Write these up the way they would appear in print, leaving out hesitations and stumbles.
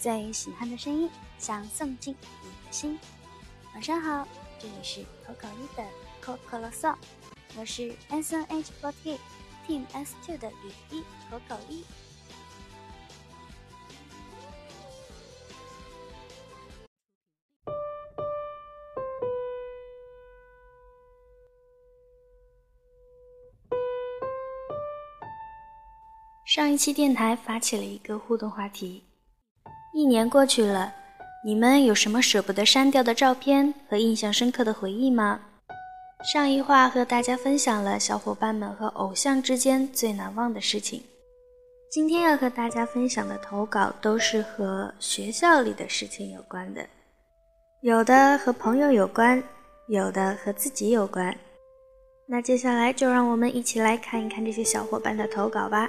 最喜欢的声音，想送进你的心。晚上好，这里是口口一的口口啰嗦，我是 SNH48 Team S2 的雨一口口一。上一期电台发起了一个互动话题，1年过去了，你们有什么舍不得删掉的照片和印象深刻的回忆吗？上一话和大家分享了小伙伴们和偶像之间最难忘的事情。今天要和大家分享的投稿都是和学校里的事情有关的，有的和朋友有关，有的和自己有关。那接下来就让我们一起来看一看这些小伙伴的投稿吧。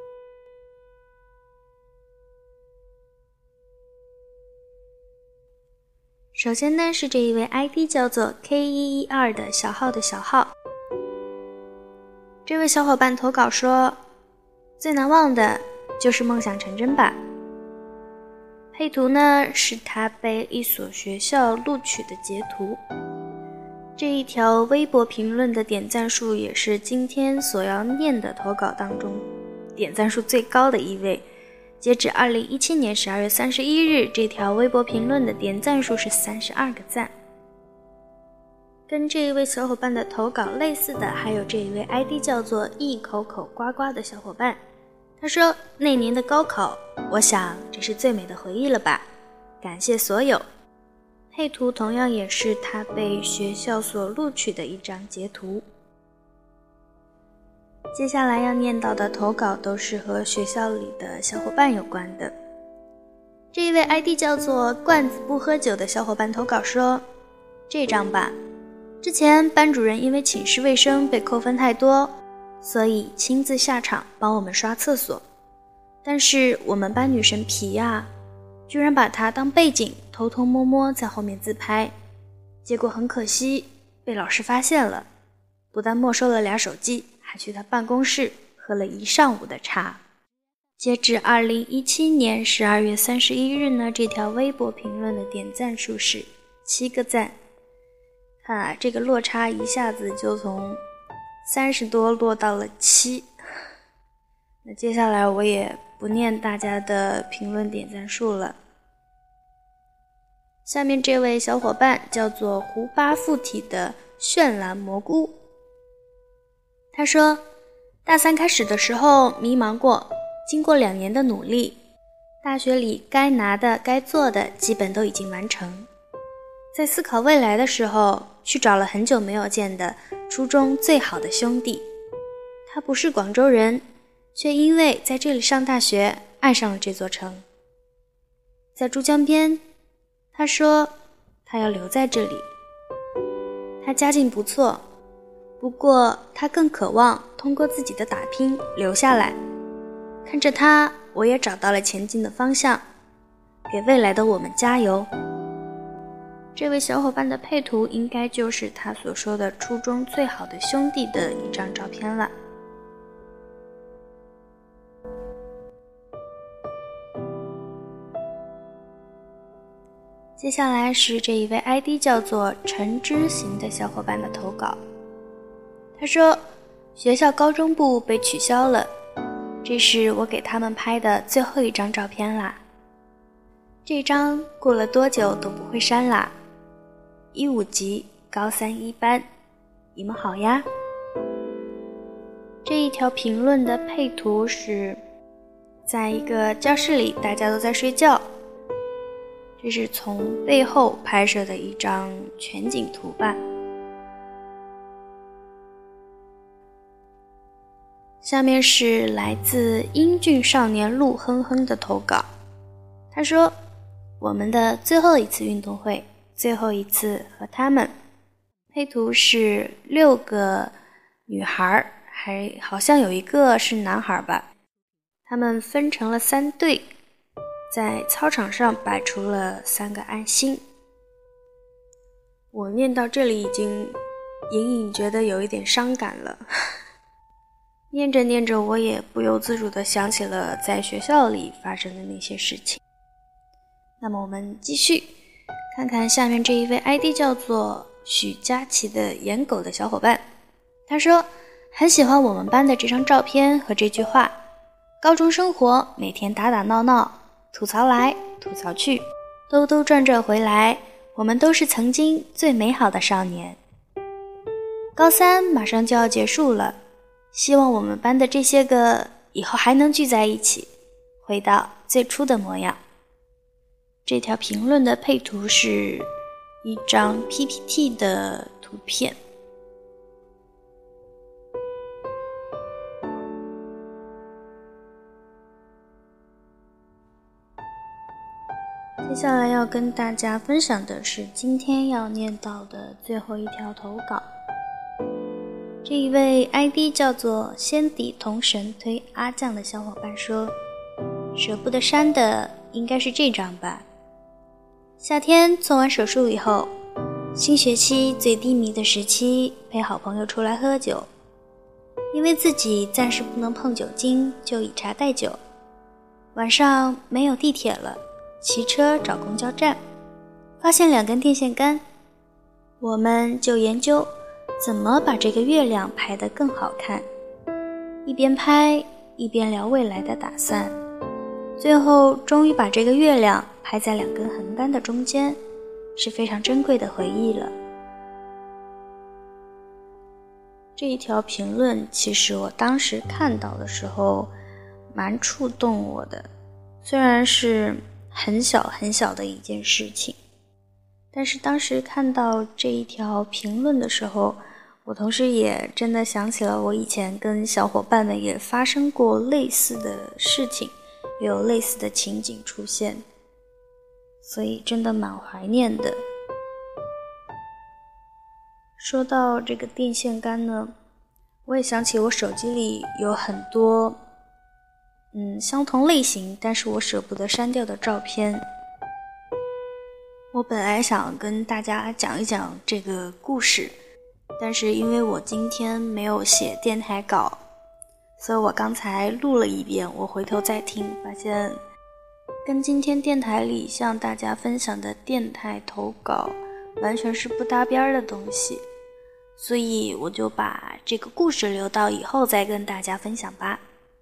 首先呢，是这一位 ID 叫做 K112 的小号的小号。这位小伙伴投稿说，最难忘的就是梦想成真吧。配图呢，是他被一所学校录取的截图。这一条微博评论的点赞数也是今天所要念的投稿当中点赞数最高的一位。截止2017年12月31日，这条微博评论的点赞数是32个赞。跟这一位小伙伴的投稿类似的，还有这一位 ID 叫做一口口呱呱的小伙伴。他说，那年的高考，我想这是最美的回忆了吧，感谢所有。配图同样也是他被学校所录取的一张截图。接下来要念到的投稿都是和学校里的小伙伴有关的。这一位 ID 叫做罐子不喝酒的小伙伴投稿说，这张吧，之前班主任因为寝室卫生被扣分太多，所以亲自下场帮我们刷厕所，但是我们班女神皮呀，居然把它当背景偷偷摸摸在后面自拍，结果很可惜被老师发现了，不但没收了2手机，还去他办公室喝了1上午的茶。截至2017年12月31日呢，这条微博评论的点赞数是7个赞。看啊，这个落差一下子就从30多落到了7。那接下来我也不念大家的评论点赞数了。下面这位小伙伴叫做胡巴附体的绚烂蘑菇。他说，大3开始的时候迷茫过，经过2年的努力，大学里该拿的该做的基本都已经完成。在思考未来的时候，去找了很久没有见的初中最好的兄弟。他不是广州人，却因为在这里上大学爱上了这座城。在珠江边，他说他要留在这里。他家境不错，不过他更渴望通过自己的打拼留下来。看着他，我也找到了前进的方向，给未来的我们加油。这位小伙伴的配图应该就是他所说的初中最好的兄弟的一张照片了。接下来是这一位 ID 叫做陈之行的小伙伴的投稿。他说，学校高中部被取消了，这是我给他们拍的最后一张照片啦。这张过了多久都不会删啦。15级高3一班，你们好呀。这一条评论的配图是在一个教室里，大家都在睡觉，这是从背后拍摄的一张全景图吧。下面是来自英俊少年陆哼哼的投稿。他说，我们的最后一次运动会，最后一次和他们。配图是6个女孩，还好像有一个是男孩吧。他们分成了3队，在操场上摆出了3个爱心。我念到这里已经隐隐觉得有一点伤感了。念着念着，我也不由自主地想起了在学校里发生的那些事情。 那么我们继续看看下面这一位 ID 叫做许佳琪的颜狗的小伙伴。他说很喜欢我们班的这张照片和这句话，高中生活每天打打闹闹，吐槽来吐槽去，兜兜转转回来，我们都是曾经最美好的少年。高三马上就要结束了，希望我们班的这些个以后还能聚在一起，回到最初的模样。这条评论的配图是一张 PPT 的图片。接下来要跟大家分享的是今天要念到的最后一条投稿。这一位 ID 叫做先抵同神推阿酱的小伙伴说，舍不得删的应该是这张吧。夏天做完手术以后，新学期最低迷的时期，陪好朋友出来喝酒，因为自己暂时不能碰酒精，就以茶代酒。晚上没有地铁了，骑车找公交站，发现2根电线杆，我们就研究怎么把这个月亮拍得更好看，一边拍一边聊未来的打算，最后终于把这个月亮拍在2根横杆的中间，是非常珍贵的回忆了。这一条评论其实我当时看到的时候蛮触动我的，虽然是很小很小的一件事情，但是当时看到这一条评论的时候，我同时也真的想起了我以前跟小伙伴们也发生过类似的事情，也有类似的情景出现，所以真的蛮怀念的。说到这个电线杆呢，我也想起我手机里有很多相同类型但是我舍不得删掉的照片。我本来想跟大家讲一讲这个故事，但是因为我今天没有写电台稿，所以我刚才录了一遍，我回头再听，发现跟今天电台里向大家分享的电台投稿完全是不搭边的东西，所以我就把这个故事留到以后再跟大家分享吧。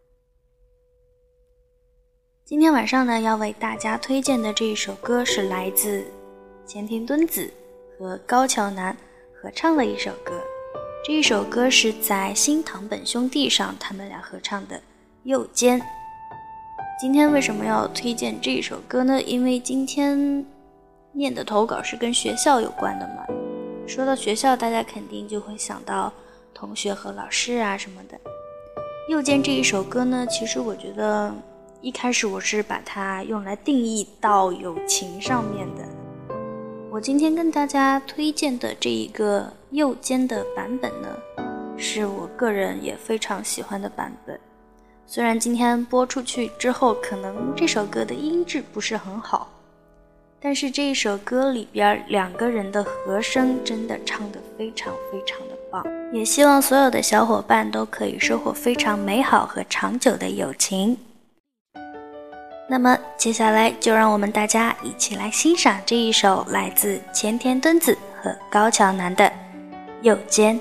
今天晚上呢，要为大家推荐的这一首歌是来自前田敦子和高桥南合唱的一首歌，这一首歌是在新堂本兄弟上他们俩合唱的《右肩》。今天为什么要推荐这一首歌呢？因为今天念的投稿是跟学校有关的嘛，说到学校大家肯定就会想到同学和老师啊什么的。《右肩》这一首歌呢，其实我觉得一开始我是把它用来定义到友情上面的。我今天跟大家推荐的这一个右肩的版本呢，是我个人也非常喜欢的版本。虽然今天播出去之后可能这首歌的音质不是很好，但是这一首歌里边2个人的和声真的唱得非常非常的棒，也希望所有的小伙伴都可以收获非常美好和长久的友情。那么接下来就让我们大家一起来欣赏这一首来自前田敦子和高桥南的《右肩》。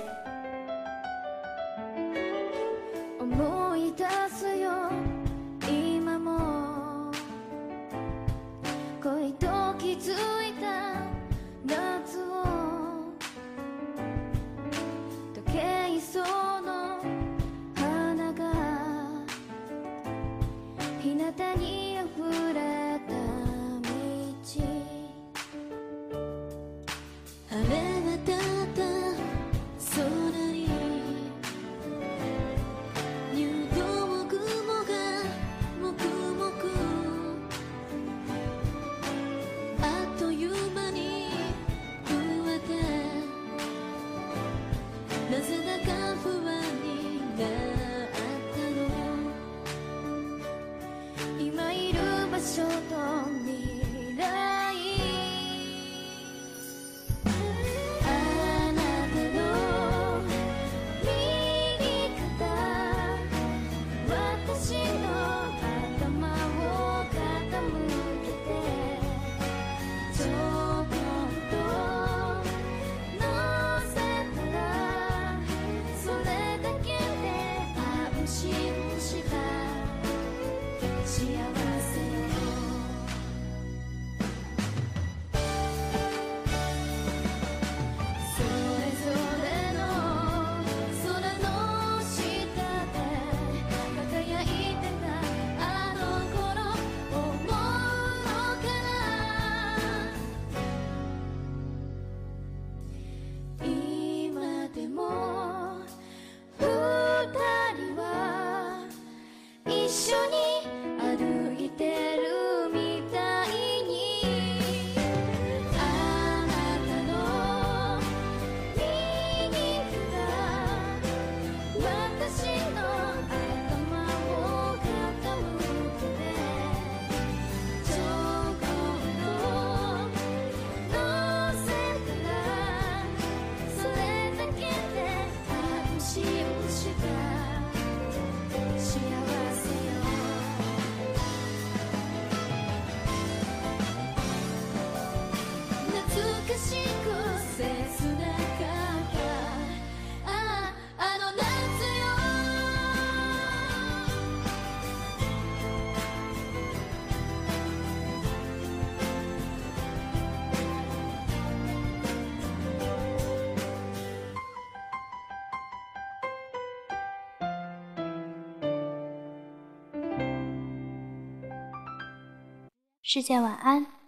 晴れ渡った世界晚安。